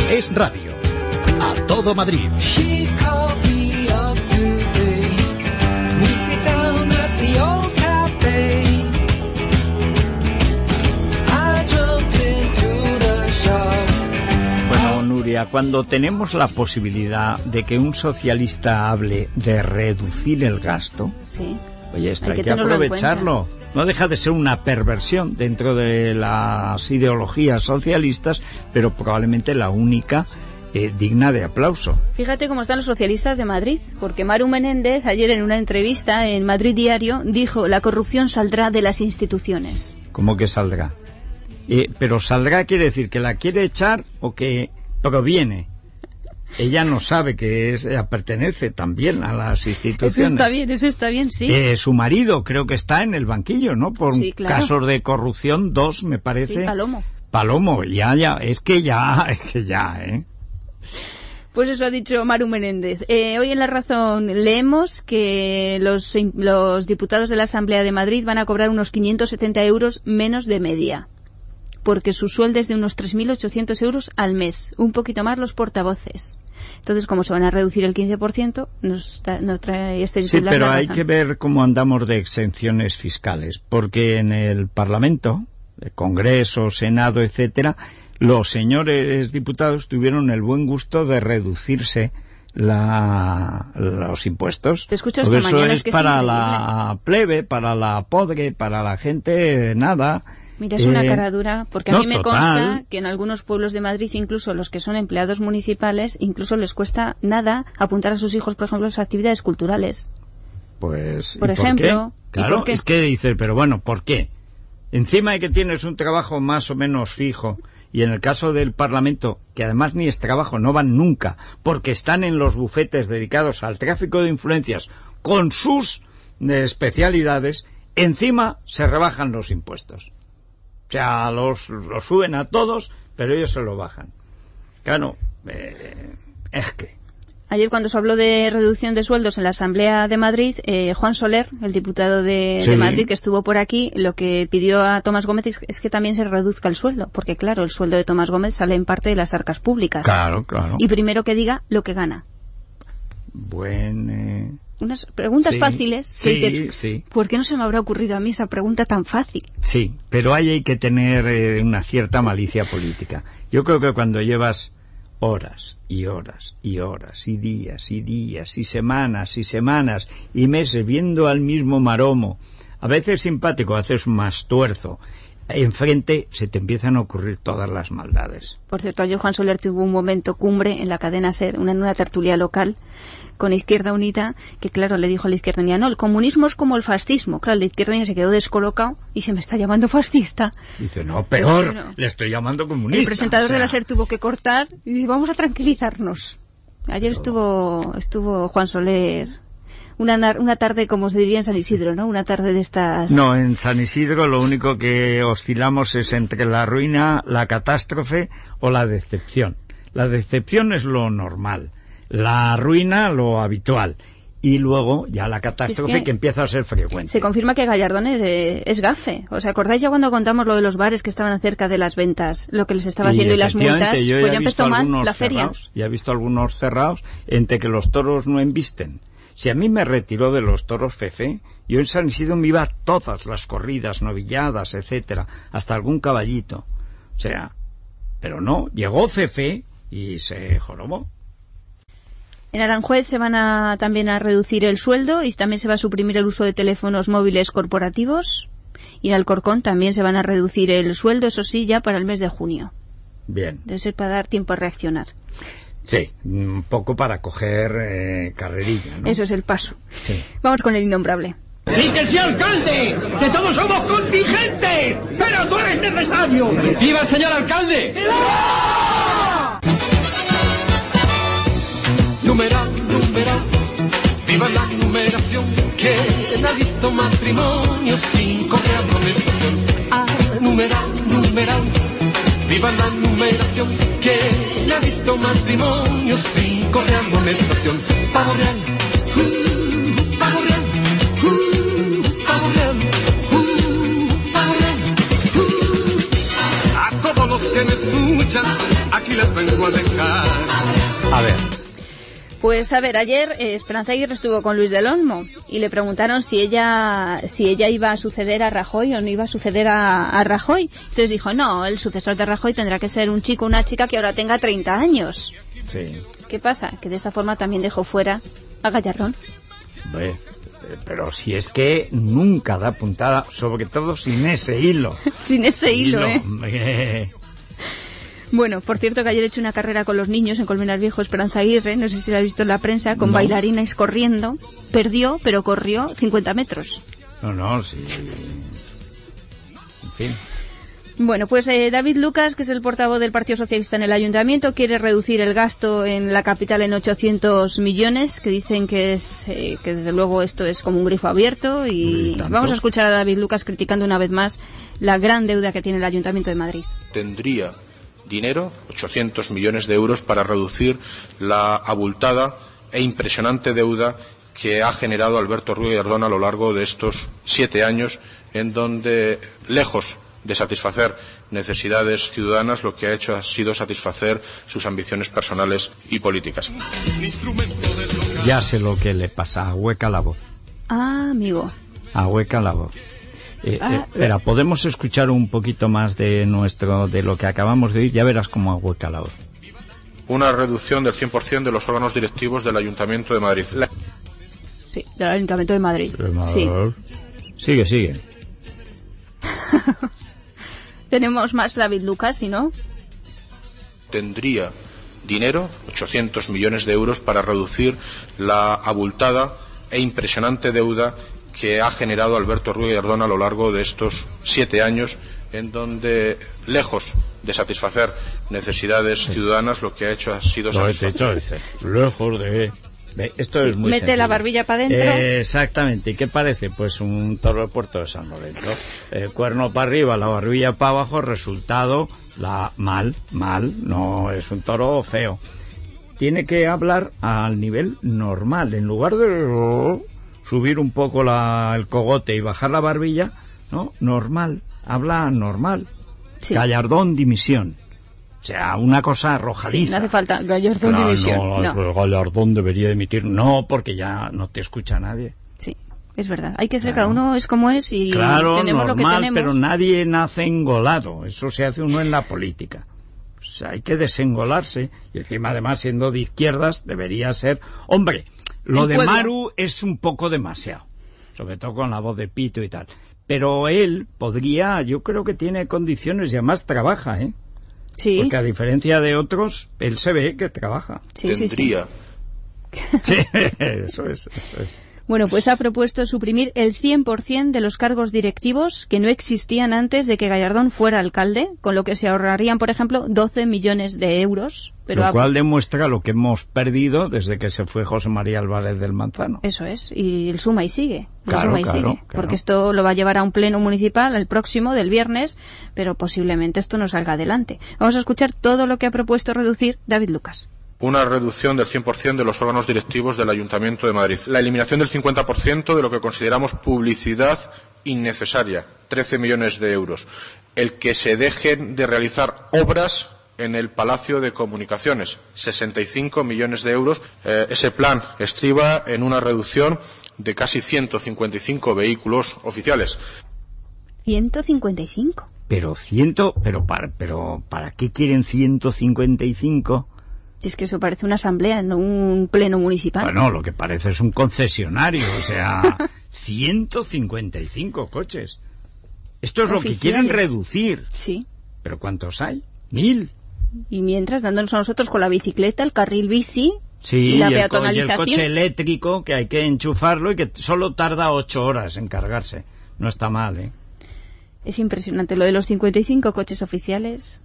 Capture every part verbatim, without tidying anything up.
Es radio. A todo Madrid. Bueno, Nuria, cuando tenemos la posibilidad de que un socialista hable de reducir el gasto, sí, oye, esto hay, hay que, que aprovecharlo. No deja de ser una perversión dentro de las ideologías socialistas, pero probablemente la única eh, digna de aplauso. Fíjate cómo están los socialistas de Madrid, porque Maru Menéndez ayer en una entrevista en Madrid Diario dijo: la corrupción saldrá de las instituciones. ¿Cómo que saldrá? Eh, pero saldrá quiere decir que la quiere echar o que proviene. Ella no sabe que es, ella pertenece también a las instituciones. Eso está bien, eso está bien, sí. Eh, su marido creo que está en el banquillo, ¿no? Por sí, claro. Casos de corrupción, dos me parece. Sí, Palomo. Palomo, ya, ya, es que ya, es que ya, ¿eh? Pues eso ha dicho Maru Menéndez. Eh, hoy en La Razón leemos que los, los diputados de la Asamblea de Madrid van a cobrar unos quinientos setenta euros menos de media, porque su sueldo es de unos tres mil ochocientos euros al mes, un poquito más los portavoces. Entonces, como se van a reducir el quince por ciento, nos, nos trae este titular. Sí, pero la hay razón. que ver cómo andamos de exenciones fiscales, porque en el Parlamento, el Congreso, Senado, etcétera, los señores diputados tuvieron el buen gusto de reducirse la, los impuestos. Te escucho Porque esta eso mañana, es es que para es la plebe, para la podre, para la gente nada. Mira, es eh, una cara dura, porque a no, mí me total. consta que en algunos pueblos de Madrid, incluso los que son empleados municipales, incluso les cuesta nada apuntar a sus hijos, por ejemplo, a las actividades culturales. Pues, por ¿y ejemplo, por qué? Claro, ¿y por qué? Es que dices, pero bueno, ¿por qué? Encima de que tienes un trabajo más o menos fijo, y en el caso del Parlamento, que además ni es trabajo, no van nunca, porque están en los bufetes dedicados al tráfico de influencias con sus eh, especialidades, encima se rebajan los impuestos. O sea, los, los suben a todos, pero ellos se lo bajan. Claro, eh, es que... Ayer cuando se habló de reducción de sueldos en la Asamblea de Madrid, eh, Juan Soler, el diputado de, sí. de Madrid que estuvo por aquí, lo que pidió a Tomás Gómez es, es que también se reduzca el sueldo, porque claro, el sueldo de Tomás Gómez sale en parte de las arcas públicas. Claro, claro. Y primero que diga lo que gana. Buen... Eh... Unas preguntas sí, fáciles. Sí, que dices, sí. ¿por qué no se me habrá ocurrido a mí esa pregunta tan fácil? Sí, pero ahí hay que tener eh, una cierta malicia política. Yo creo que cuando llevas horas y horas y horas y días y días y semanas y semanas y meses viendo al mismo maromo, a veces simpático, a veces más tuerzo, enfrente se te empiezan a ocurrir todas las maldades. Por cierto, ayer Juan Soler tuvo un momento cumbre en la cadena SER, una, en una tertulia local con Izquierda Unida, que claro, le dijo a la Izquierda Unida, no, el comunismo es como el fascismo. Claro, la Izquierda Unida se quedó descolocado y se me está llamando fascista. Dice, no, peor, pero, pero, le estoy llamando comunista. El presentador o sea... de la SER tuvo que cortar y dice, vamos a tranquilizarnos. Ayer pero... estuvo estuvo Juan Soler... Una, una tarde, como se diría en San Isidro, ¿no? Una tarde de estas... No, en San Isidro lo único que oscilamos es entre la ruina, la catástrofe o la decepción. La decepción es lo normal, la ruina lo habitual, y luego ya la catástrofe es que, que empieza a ser frecuente. Se confirma que Gallardón es, eh, es gafe. ¿Os acordáis ya cuando contamos lo de los bares que estaban cerca de las ventas, lo que les estaba haciendo y, y las multas? Yo pues ya ya empezó mal la feria. Cerrados, ya he visto algunos cerrados entre que los toros no embisten. Si a mí me retiró de los toros Fefe, yo en San Isidro me iba a todas las corridas, novilladas, etcétera, hasta algún caballito. O sea, pero no, llegó Fefe y se jorobó. En Aranjuez se van a también a reducir el sueldo y también se va a suprimir el uso de teléfonos móviles corporativos. Y en Alcorcón también se van a reducir el sueldo, eso sí, ya para el mes de junio. Bien. Debe ser para dar tiempo a reaccionar. Sí, un poco para coger eh, carrerilla, ¿no? Eso es el paso. Sí. Vamos con el innombrable. ¡Y que sea alcalde! ¡Que todos somos contingentes! ¡Pero tú eres necesario! ¡Viva el señor alcalde! ¡Viva! Numeral, numeral, viva la numeración. ¿Quién ha visto matrimonio sin correr amonestación? Ah, numeral, numeral, viva la numeración. ¿Quién ha visto matrimonio sin correr amonestación? Pavo real, uh, pavo real, uh, pavo real, uh, pavo real, uh. A todos los que me escuchan, aquí les vengo a dejar. A ver. Pues a ver, ayer eh, Esperanza Aguirre estuvo con Luis del Olmo y le preguntaron si ella si ella iba a suceder a Rajoy o no iba a suceder a, a Rajoy. Entonces dijo, no, el sucesor de Rajoy tendrá que ser un chico o una chica que ahora tenga treinta años. Sí. ¿Qué pasa? Que de esta forma también dejó fuera a Gallardón. Ve, pero si es que nunca da puntada, sobre todo sin ese hilo. Sin ese hilo, ¿eh? eh. Bueno, por cierto que ayer he hecho una carrera con los niños en Colmenar Viejo, Esperanza Aguirre, no sé si la has visto en la prensa, con no. bailarines corriendo, perdió, pero corrió cincuenta metros. No, no, sí. En fin. Bueno, pues eh, David Lucas, que es el portavoz del Partido Socialista en el Ayuntamiento, quiere reducir el gasto en la capital en ochocientos millones, que dicen que es eh, que desde luego esto es como un grifo abierto, y vamos a escuchar a David Lucas criticando una vez más la gran deuda que tiene el Ayuntamiento de Madrid. Tendría dinero, ochocientos millones de euros, para reducir la abultada e impresionante deuda que ha generado Alberto Ruiz Gallardón a lo largo de estos siete años, en donde, lejos de satisfacer necesidades ciudadanas, lo que ha hecho ha sido satisfacer sus ambiciones personales y políticas. Ya sé lo que le pasa, ahueca la voz. Ah, amigo. Ahueca la voz. Eh, Ah, eh, espera, podemos escuchar un poquito más de nuestro de lo que acabamos de oír, ya verás cómo ahueca la voz. Una reducción del cien por ciento de los órganos directivos del Ayuntamiento de Madrid. La... Sí, del Ayuntamiento de Madrid. Sí. Sigue, sigue. Tenemos más David Lucas, ¿sí no? Tendría dinero, ochocientos millones de euros, para reducir la abultada e impresionante deuda que ha generado Alberto Ruiz Gallardón a lo largo de estos siete años, en donde, lejos de satisfacer necesidades sí. ciudadanas, lo que ha hecho ha sido lo satisfacer... Hecho, lejos de... Esto sí, es muy mete sencillo. La barbilla para adentro. Eh, exactamente. ¿Y qué parece? Pues un toro de Puerto de San Lorenzo. El cuerno para arriba, la barbilla para abajo, resultado la mal, mal. No es un toro feo. Tiene que hablar al nivel normal. En lugar de subir un poco la, el cogote y bajar la barbilla, no, normal. Habla normal. Sí. Gallardón, dimisión. O sea, una cosa arrojadiza. Sí, no hace falta Gallardón no, dimisión. No, no, Gallardón debería dimitir. No, porque ya no te escucha nadie. Sí, es verdad. Hay que ser, claro. Cada uno es como es y claro, tenemos normal, lo que tenemos. Pero nadie nace engolado. Eso se hace uno en la política. O sea, hay que desengolarse. Y encima, además, siendo de izquierdas, debería ser... Hombre, lo de Maru es un poco demasiado. Sobre todo con la voz de pito y tal. Pero él podría... Yo creo que tiene condiciones y además trabaja, ¿eh? Sí. Porque a diferencia de otros, él se ve que trabaja. Sí, Tendría. Sí, sí. sí, eso es, eso es. Bueno, pues ha propuesto suprimir el cien por ciento de los cargos directivos que no existían antes de que Gallardón fuera alcalde, con lo que se ahorrarían, por ejemplo, doce millones de euros. Pero lo cual ha... demuestra lo que hemos perdido desde que se fue José María Álvarez del Manzano. Eso es, y el suma y sigue. El claro, suma y claro, sigue. Claro. Porque esto lo va a llevar a un pleno municipal el próximo, del viernes, pero posiblemente esto no salga adelante. Vamos a escuchar todo lo que ha propuesto reducir David Lucas. Una reducción del cien por ciento de los órganos directivos del Ayuntamiento de Madrid. La eliminación del cincuenta por ciento de lo que consideramos publicidad innecesaria, trece millones de euros. El que se dejen de realizar obras en el Palacio de Comunicaciones, sesenta y cinco millones de euros. Eh, ese plan estriba en una reducción de casi ciento cincuenta y cinco vehículos oficiales. ¿ciento cincuenta y cinco? Pero ciento, pero para, pero ¿para qué quieren ciento cincuenta y cinco? Si es que eso parece una asamblea, no un pleno municipal. Bueno, lo que parece es un concesionario, o sea, ciento cincuenta y cinco coches. Esto es oficiales. Lo que quieren reducir. Sí. ¿Pero cuántos hay? Mil. Y mientras, dándonos a nosotros con la bicicleta, el carril bici sí, y la y peatonalización. El, y el coche eléctrico, que hay que enchufarlo y que solo tarda ocho horas en cargarse. No está mal, ¿eh? Es impresionante lo de los cincuenta y cinco coches oficiales.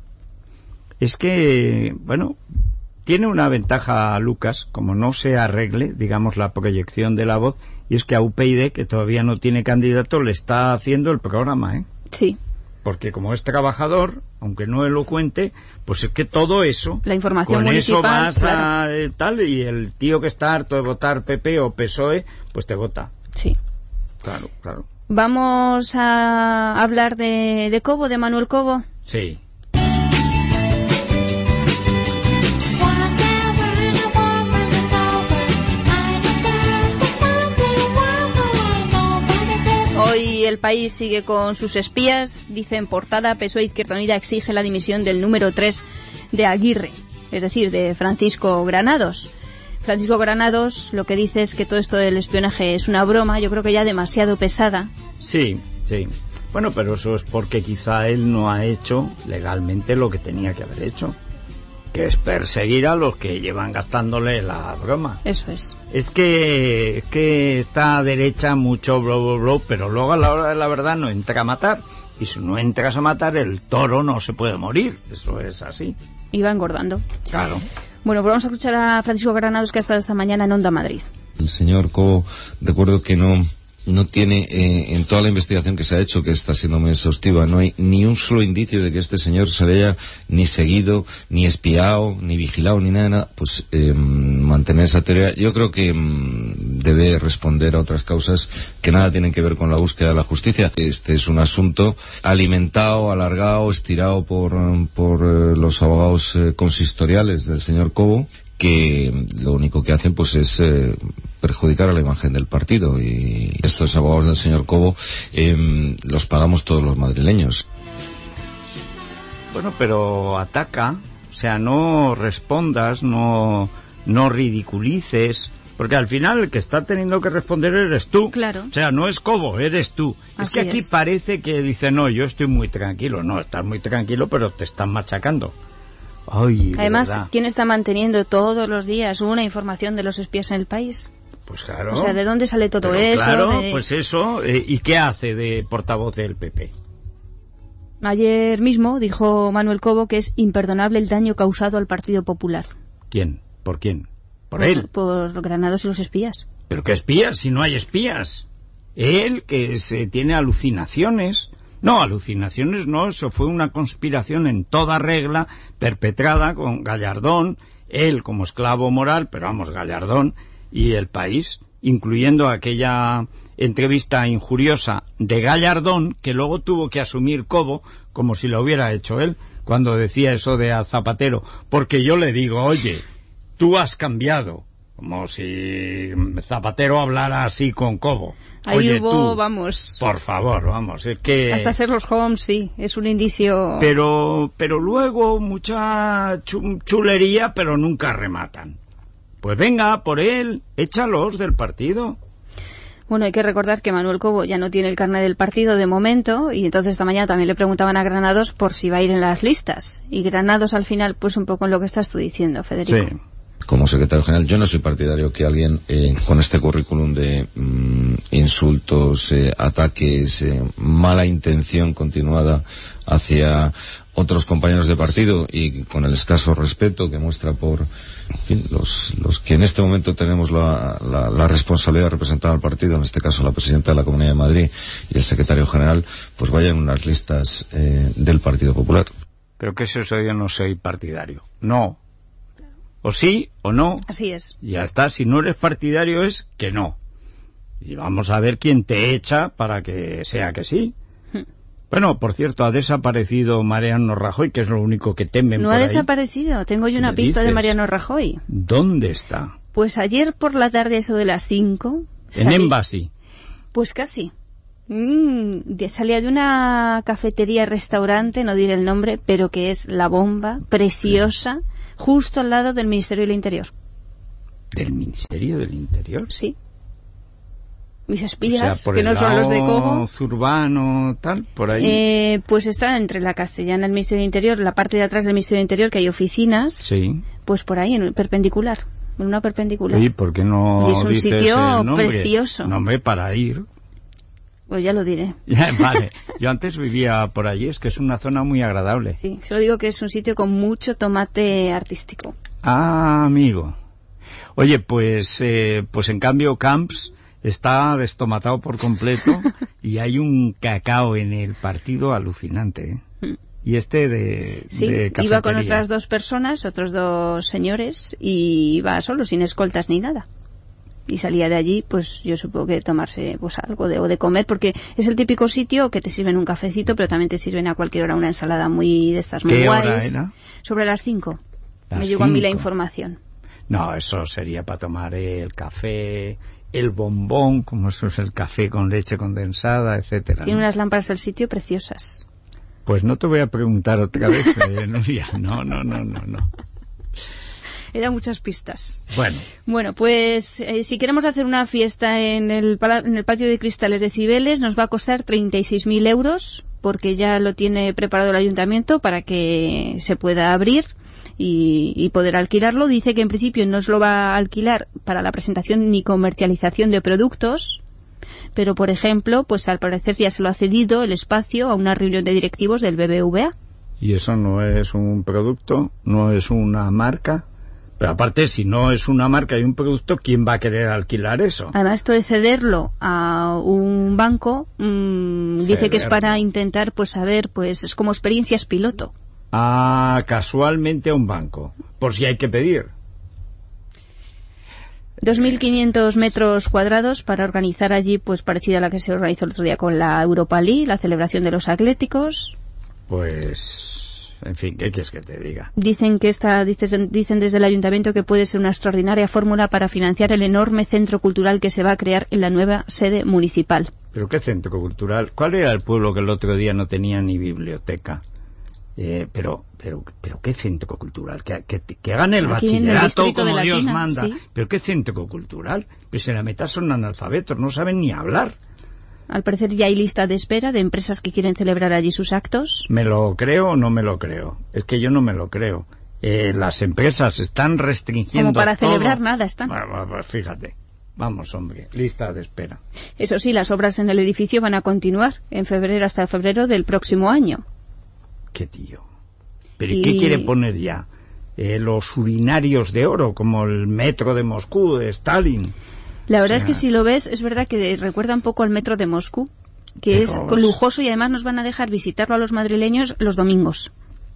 Es que, bueno... Tiene una ventaja, Lucas, como no se arregle, digamos, la proyección de la voz, y es que a U P yD, que todavía no tiene candidato, le está haciendo el programa, ¿eh? Sí. Porque como es trabajador, aunque no elocuente, pues es que todo eso... La información con municipal, eso vas claro. a eh, tal, y el tío que está harto de votar P P o P S O E, pues te vota. Sí. Claro, claro. Vamos a hablar de, de Cobo, de Manuel Cobo. Sí. Y El País sigue con sus espías. Dice en portada, P S O E Izquierda Unida exige la dimisión del número tres de Aguirre, es decir, de Francisco Granados. Francisco Granados lo que dice es que todo esto del espionaje es una broma, yo creo que ya demasiado pesada. Sí, sí. Bueno, pero eso es porque quizá él no ha hecho legalmente lo que tenía que haber hecho, que es perseguir a los que llevan gastándole la broma. Eso es. Es que, que esta derecha mucho blo, blo, blo, pero luego a la hora de la verdad no entra a matar. Y si no entras a matar, el toro no se puede morir. Eso es así. Y va engordando. Claro. Bueno, pues vamos a escuchar a Francisco Granados, que ha estado esta mañana en Onda Madrid. El señor Cobo, recuerdo que no... no tiene, eh, en toda la investigación que se ha hecho, que está siendo muy exhaustiva, no hay ni un solo indicio de que este señor se le haya ni seguido, ni espiado, ni vigilado, ni nada, nada. Pues eh, mantener esa teoría, yo creo que mm, debe responder a otras causas que nada tienen que ver con la búsqueda de la justicia. Este es un asunto alimentado, alargado, estirado por, por eh, los abogados eh, consistoriales del señor Cobo, que lo único que hacen pues es eh, perjudicar a la imagen del partido, y estos abogados del señor Cobo eh, los pagamos todos los madrileños. Bueno, pero ataca, o sea, no respondas, no, no ridiculices, porque al final el que está teniendo que responder eres tú. Claro. O sea, no es Cobo, eres tú. Así es que aquí es. parece que dice, no, yo estoy muy tranquilo. No, estás muy tranquilo, pero te están machacando. Ay, Además, verdad. ¿quién está manteniendo todos los días una información de los espías en el país? Pues claro. O sea, ¿de dónde sale todo Pero eso? Claro, de... pues eso. Eh, ¿Y qué hace de portavoz del P P? Ayer mismo dijo Manuel Cobo que es imperdonable el daño causado al Partido Popular. ¿Quién? ¿Por quién? ¿Por, por él? Por Granados y los espías. ¿Pero qué espías? Si no hay espías. Él, que se tiene alucinaciones... No, alucinaciones no, eso fue una conspiración en toda regla, perpetrada con Gallardón, él como esclavo moral, pero vamos, Gallardón y El País, incluyendo aquella entrevista injuriosa de Gallardón, que luego tuvo que asumir Cobo, como si lo hubiera hecho él, cuando decía eso de a Zapatero, porque yo le digo, oye, tú has cambiado, como si Zapatero hablara así con Cobo. Ahí Oye, hubo, tú, vamos... por favor, vamos, es que... Hasta Sherlock Holmes, sí, es un indicio... Pero pero luego mucha chulería, pero nunca rematan. Pues venga, por él, échalos del partido. Bueno, hay que recordar que Manuel Cobo ya no tiene el carnet del partido de momento, y entonces esta mañana también le preguntaban a Granados por si va a ir en las listas. Y Granados al final, pues un poco en lo que estás tú diciendo, Federico. Sí. Como secretario general, yo no soy partidario que alguien eh, con este currículum de mm, insultos, eh, ataques, eh, mala intención continuada hacia otros compañeros de partido, y con el escaso respeto que muestra por en fin, los, los que en este momento tenemos la, la, la responsabilidad de representar al partido, en este caso la presidenta de la Comunidad de Madrid y el secretario general, pues vayan unas listas eh, del Partido Popular. Pero que es eso, yo no soy partidario. No. O sí o no. Así es. Ya está, si no eres partidario es que no. Y vamos a ver quién te echa para que sea que sí. Hmm. Bueno, por cierto, ha desaparecido Mariano Rajoy, que es lo único que temen no por ha ahí. Desaparecido, tengo yo una pista dices? de Mariano Rajoy. ¿Dónde está? Pues ayer por la tarde, eso de las cinco... En salí... Embassy. Pues casi. Mm, de, salía de una cafetería-restaurante, no diré el nombre, pero que es la bomba, preciosa... Sí. Justo al lado del Ministerio del Interior. ¿Del Ministerio del Interior? Sí. Mis espías, o sea, por que el no son los de Cobo. Zurbano, tal, por ahí. Eh, pues está entre la Castellana y el Ministerio del Interior, la parte de atrás del Ministerio del Interior, que hay oficinas. Sí. Pues por ahí, en el perpendicular. En una perpendicular. ¿Y por qué no y es un dices sitio el nombre? Precioso. Nombre para ir. Pues ya lo diré. Vale, yo antes vivía por allí, es que es una zona muy agradable. Sí, solo digo que es un sitio con mucho tomate artístico. Ah, amigo. Oye, pues eh, pues en cambio Camps está destomatado por completo y hay un cacao en el partido alucinante, ¿eh? Mm. Y este de, sí, de cafetería. Iba con otras dos personas, otros dos señores, y iba solo, sin escoltas ni nada. Y salía de allí, pues yo supongo que tomarse pues algo de, o de comer, porque es el típico sitio que te sirven un cafecito, pero también te sirven a cualquier hora una ensalada muy de estas muy ¿Qué guays. hora era? Sobre las cinco. Las Me llegó cinco. a mí la información. No, eso sería para tomar el café, el bombón, como eso es el café con leche condensada, etcétera. Tiene ¿no? unas lámparas del sitio preciosas. Pues no te voy a preguntar otra vez, eh, Nuria. No, no, no, no, no. Eran muchas pistas. Bueno. Bueno, pues eh, si queremos hacer una fiesta en el, en el patio de cristales de Cibeles nos va a costar treinta y seis mil euros, porque ya lo tiene preparado el ayuntamiento para que se pueda abrir y, y poder alquilarlo. Dice que en principio no se lo va a alquilar para la presentación ni comercialización de productos, pero por ejemplo, pues al parecer ya se lo ha cedido el espacio a una reunión de directivos del B B V A. ¿Y eso no es un producto? ¿No es una marca? Pero aparte, si no es una marca y un producto, ¿quién va a querer alquilar eso? Además, esto de cederlo a un banco, mmm, dice que es para intentar, pues, saber, pues, es como experiencias piloto. Ah, casualmente a un banco, por si hay que pedir. dos mil quinientos metros cuadrados para organizar allí, pues, parecida a la que se organizó el otro día con la Europa League, la celebración de los Atléticos. Pues... En fin, ¿qué quieres que te diga? Dicen que esta, dicen, dicen desde el ayuntamiento que puede ser una extraordinaria fórmula para financiar el enorme centro cultural que se va a crear en la nueva sede municipal. ¿Pero qué centro cultural? ¿Cuál era el pueblo que el otro día no tenía ni biblioteca? Eh, pero, pero, pero ¿qué centro cultural? Que, que, que hagan el Aquí bachillerato el como Dios Latina, manda. ¿sí? ¿Pero qué centro cultural? Pues en la mitad son analfabetos, no saben ni hablar. Al parecer ya hay lista de espera de empresas que quieren celebrar allí sus actos. ¿Me lo creo o no me lo creo? Es que yo no me lo creo. Eh, las empresas están restringiendo Como para todo. celebrar nada están. Bueno, pues fíjate. Vamos, hombre, lista de espera. Eso sí, las obras en el edificio van a continuar en febrero hasta febrero del próximo año. ¿Qué tío? ¿Pero y y... qué quiere poner ya? Eh, ¿Los urinarios de oro, como el metro de Moscú, de Stalin? La verdad o sea, es que si lo ves, es verdad que recuerda un poco al metro de Moscú, que es lujoso y además nos van a dejar visitarlo a los madrileños los domingos.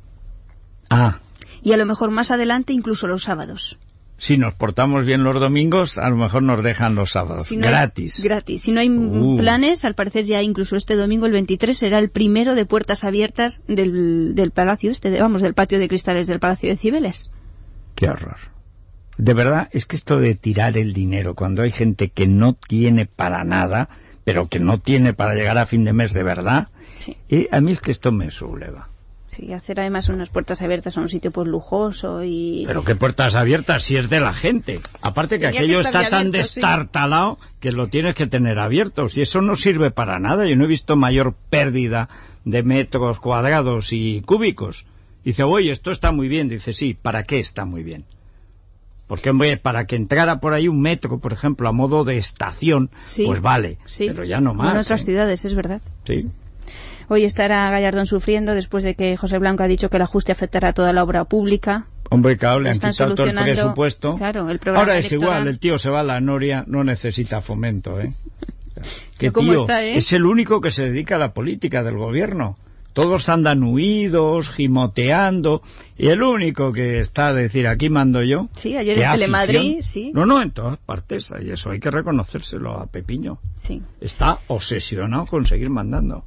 Ah. Y a lo mejor más adelante incluso los sábados. Si nos portamos bien los domingos, a lo mejor nos dejan los sábados. Si no gratis. Hay, gratis. Si no hay uh. planes, al parecer ya incluso este domingo, el veintitrés, será el primero de puertas abiertas del, del palacio este, de, vamos, del patio de cristales del Palacio de Cibeles. Qué horror. De verdad, es que esto de tirar el dinero cuando hay gente que no tiene para nada, pero que no tiene para llegar a fin de mes de verdad, sí. Y a mí es que esto me subleva. Sí, hacer además unas puertas abiertas a un sitio pues lujoso y... Pero qué puertas abiertas si es de la gente. Aparte que Tenía aquello que estar está tan abierto, destartalado, sí, que lo tienes que tener abierto. Si eso no sirve para nada, yo no he visto mayor pérdida de metros cuadrados y cúbicos. Dice, oye, esto está muy bien. Dice, sí, ¿para qué está muy bien? Porque, hombre, para que entrara por ahí un metro, por ejemplo, a modo de estación, sí, pues vale, sí, pero ya no más. En otras ¿eh? ciudades, es verdad. Sí. Hoy estará Gallardón sufriendo después de que José Blanco ha dicho que el ajuste afectará a toda la obra pública. Hombre, claro, le han quitado todo el presupuesto. Claro, el programa Ahora es electoral. igual, el tío se va a la noria, no necesita fomento, ¿eh? Que ¿Cómo tío, está, eh? es el único que se dedica a la política del gobierno. Todos andan huidos, gimoteando, y el único que está a decir, aquí mando yo. Sí, ayer en Telemadrid, sí. No, no, en todas partes, y eso hay que reconocérselo a Pepiño. Sí. Está obsesionado con seguir mandando.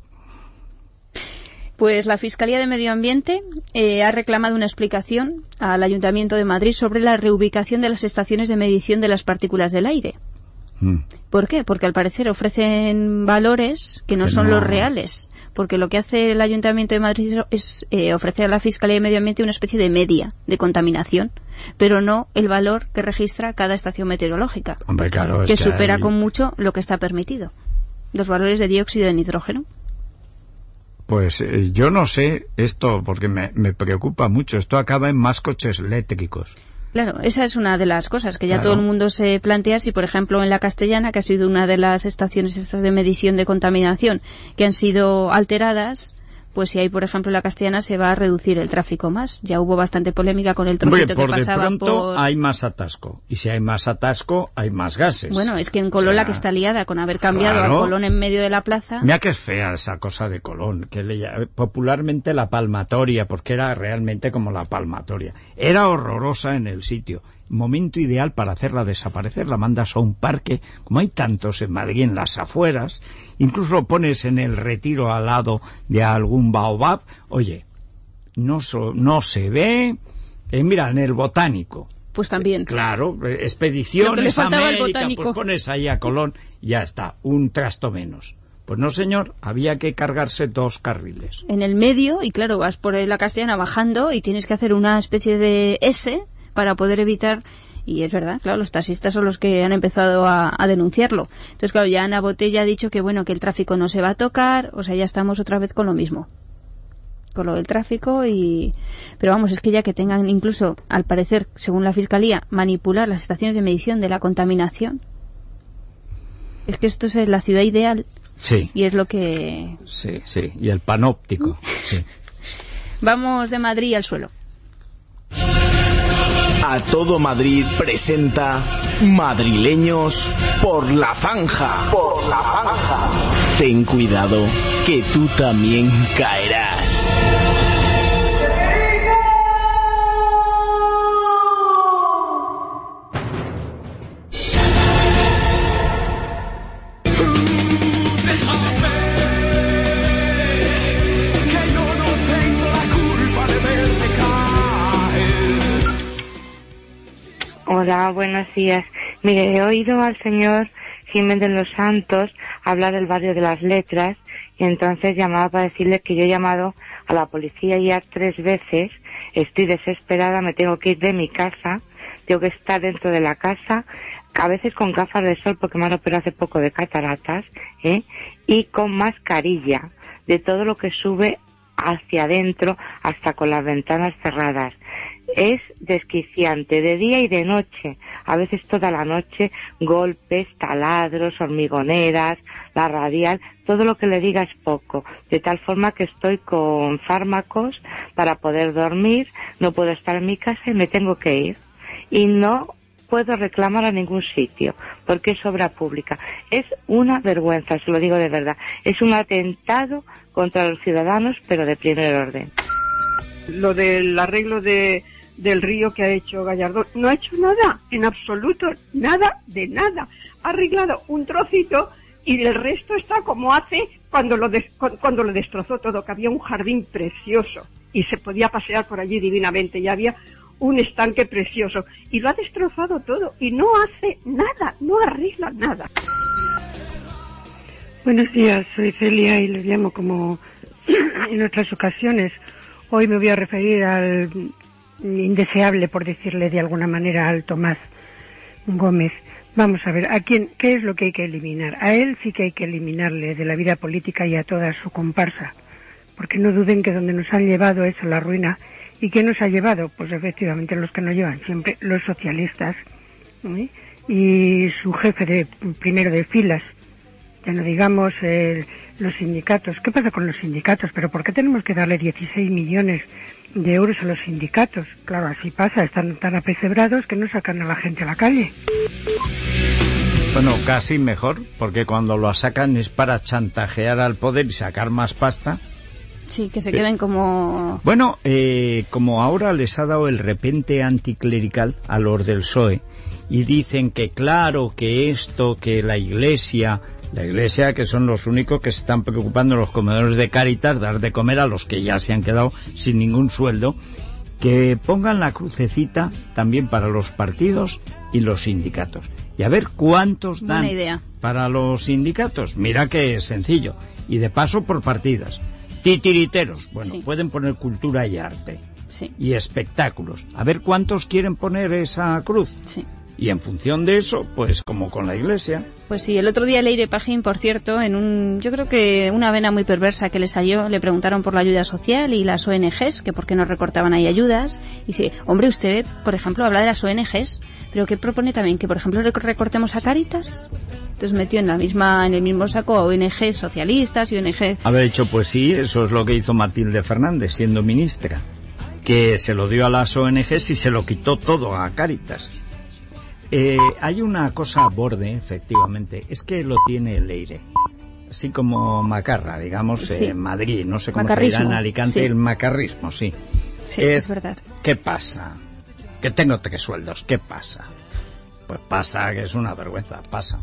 Pues la Fiscalía de Medio Ambiente eh, ha reclamado una explicación al Ayuntamiento de Madrid sobre la reubicación de las estaciones de medición de las partículas del aire. Mm. ¿Por qué? Porque al parecer ofrecen valores que no que son no. los reales. Porque lo que hace el Ayuntamiento de Madrid es eh, ofrecer a la Fiscalía de Medio Ambiente una especie de media de contaminación, pero no el valor que registra cada estación meteorológica, Hombre, claro, que es que supera hay... con mucho lo que está permitido. Los valores de dióxido de nitrógeno. Pues eh, yo no sé esto, porque me, me preocupa mucho. Esto acaba en más coches eléctricos. Claro, esa es una de las cosas que ya Claro. todo el mundo se plantea si, por ejemplo, en la Castellana, que ha sido una de las estaciones estas de medición de contaminación que han sido alteradas, pues si hay, por ejemplo, en la Castellana se va a reducir el tráfico más. Ya hubo bastante polémica con el Hombre, trocito por que de pasaba pronto por... hay más atasco. Y si hay más atasco, hay más gases. Bueno, es que en Colón O sea, la que está liada con haber cambiado claro. a Colón en medio de la plaza... Mira que es fea esa cosa de Colón, que le ll- popularmente la palmatoria, porque era realmente como la palmatoria. Era horrorosa en el sitio. Momento ideal para hacerla desaparecer. La mandas a un parque, como hay tantos en Madrid, en las afueras, incluso lo pones en el Retiro al lado de algún baobab. Oye, no, so, no se ve. Eh, mira, en el Botánico, pues también. Claro, expediciones a América, pues pones ahí a Colón, ya está, un trasto menos. Pues no, señor, había que cargarse dos carriles. En el medio, y claro, vas por la Castellana bajando y tienes que hacer una especie de S para poder evitar... Y es verdad, claro, los taxistas son los que han empezado a, a denunciarlo. Entonces, claro, ya Ana Botella ha dicho que, bueno, que el tráfico no se va a tocar, o sea, ya estamos otra vez con lo mismo. Con lo del tráfico y... Pero vamos, es que ya que tengan incluso, al parecer, según la Fiscalía, manipular las estaciones de medición de la contaminación. Es que esto es la ciudad ideal. Sí. Y es lo que... Sí, sí, y el panóptico. Sí. Vamos de Madrid al suelo. A Todo Madrid presenta Madrileños por la Zanja. Por la Zanja. Ten cuidado, que tú también caerás. Hola, buenos días. Mire, he oído al señor Jiménez de los Santos hablar del barrio de las Letras y entonces llamaba para decirle que yo he llamado a la policía ya tres veces, estoy desesperada, me tengo que ir de mi casa, tengo que estar dentro de la casa, a veces con gafas de sol porque me han operado hace poco de cataratas, ¿eh? Y con mascarilla de todo lo que sube hacia adentro hasta con las ventanas cerradas. Es desquiciante, de día y de noche, a veces toda la noche, golpes, taladros, hormigoneras, la radial, todo lo que le diga es poco, de tal forma que estoy con fármacos para poder dormir, no puedo estar en mi casa y me tengo que ir. Y no puedo reclamar a ningún sitio, porque es obra pública. Es una vergüenza, se lo digo de verdad. Es un atentado contra los ciudadanos, pero de primer orden. Lo del arreglo de del río que ha hecho Gallardón, no ha hecho nada, en absoluto, nada de nada. Ha arreglado un trocito y el resto está como hace cuando lo des, cuando lo destrozó todo, que había un jardín precioso y se podía pasear por allí divinamente y había un estanque precioso y lo ha destrozado todo y no hace nada, no arregla nada. Buenos días, soy Celia y les llamo como en otras ocasiones. Hoy me voy a referir al indeseable, por decirle de alguna manera, al Tomás Gómez. Vamos a ver, ¿a quién, qué es lo que hay que eliminar? A él sí que hay que eliminarle de la vida política y a toda su comparsa, porque no duden que donde nos han llevado es a la ruina. ¿Y quién nos ha llevado? Pues efectivamente los que nos llevan siempre, los socialistas, ¿eh? Y su jefe de primero de filas, ya no digamos eh, los sindicatos. ¿Qué pasa con los sindicatos? ¿Pero por qué tenemos que darle dieciséis millones de euros a los sindicatos? Claro, así pasa, están tan apesebrados que no sacan a la gente a la calle. Bueno, casi mejor, porque cuando lo sacan es para chantajear al poder y sacar más pasta. Sí, que se queden como... Bueno, eh, como ahora les ha dado el repente anticlerical a los del P S O E y dicen que claro, que esto, que la Iglesia... La Iglesia, que son los únicos que se están preocupando en los comedores de Cáritas, dar de comer a los que ya se han quedado sin ningún sueldo, que pongan la crucecita también para los partidos y los sindicatos. Y a ver cuántos dan para los sindicatos. Mira que es sencillo. Y de paso por partidas. Titiriteros. Bueno, sí. Pueden poner cultura y arte. Sí. Y espectáculos. A ver cuántos quieren poner esa cruz. Sí. Y en función de eso, pues como con la Iglesia. Pues sí, el otro día Leire Pajín, por cierto, en un, yo creo que una vena muy perversa que le salió, le preguntaron por la ayuda social y las O N Ges, que por qué no recortaban ahí ayudas. Y dice, hombre, usted, por ejemplo, habla de las O N Ges, pero ¿qué propone también? Que, por ejemplo, recortemos a Cáritas. Entonces metió en la misma, en el mismo saco a O N Ges socialistas y O N Ges... Haber hecho, pues sí, eso es lo que hizo Matilde Fernández, siendo ministra. Que se lo dio a las O N Ges y se lo quitó todo a Cáritas. Eh, hay una cosa a borde, efectivamente, es que lo tiene Leire, así como macarra, digamos, sí. En Madrid, no sé cómo se dirá en Alicante, sí. El macarrismo, sí. Sí, es, es verdad. ¿Qué pasa? Que tengo tres sueldos, ¿qué pasa? Pues pasa que es una vergüenza, pasa.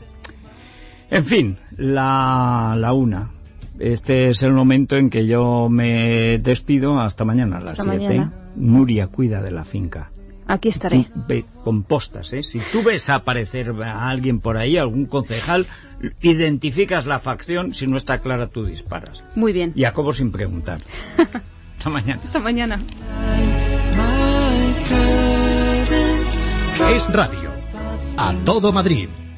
En fin, la, la una. Este es el momento en que yo me despido, hasta mañana a las siete. Nuria cuida de la finca. Aquí estaré. Tú ve, compostas, ¿eh? Si tú ves aparecer a alguien por ahí, algún concejal, identificas la facción, si no está clara tú disparas. Muy bien. Y acabo sin preguntar. Hasta mañana. Hasta mañana. Es Radio. A todo Madrid.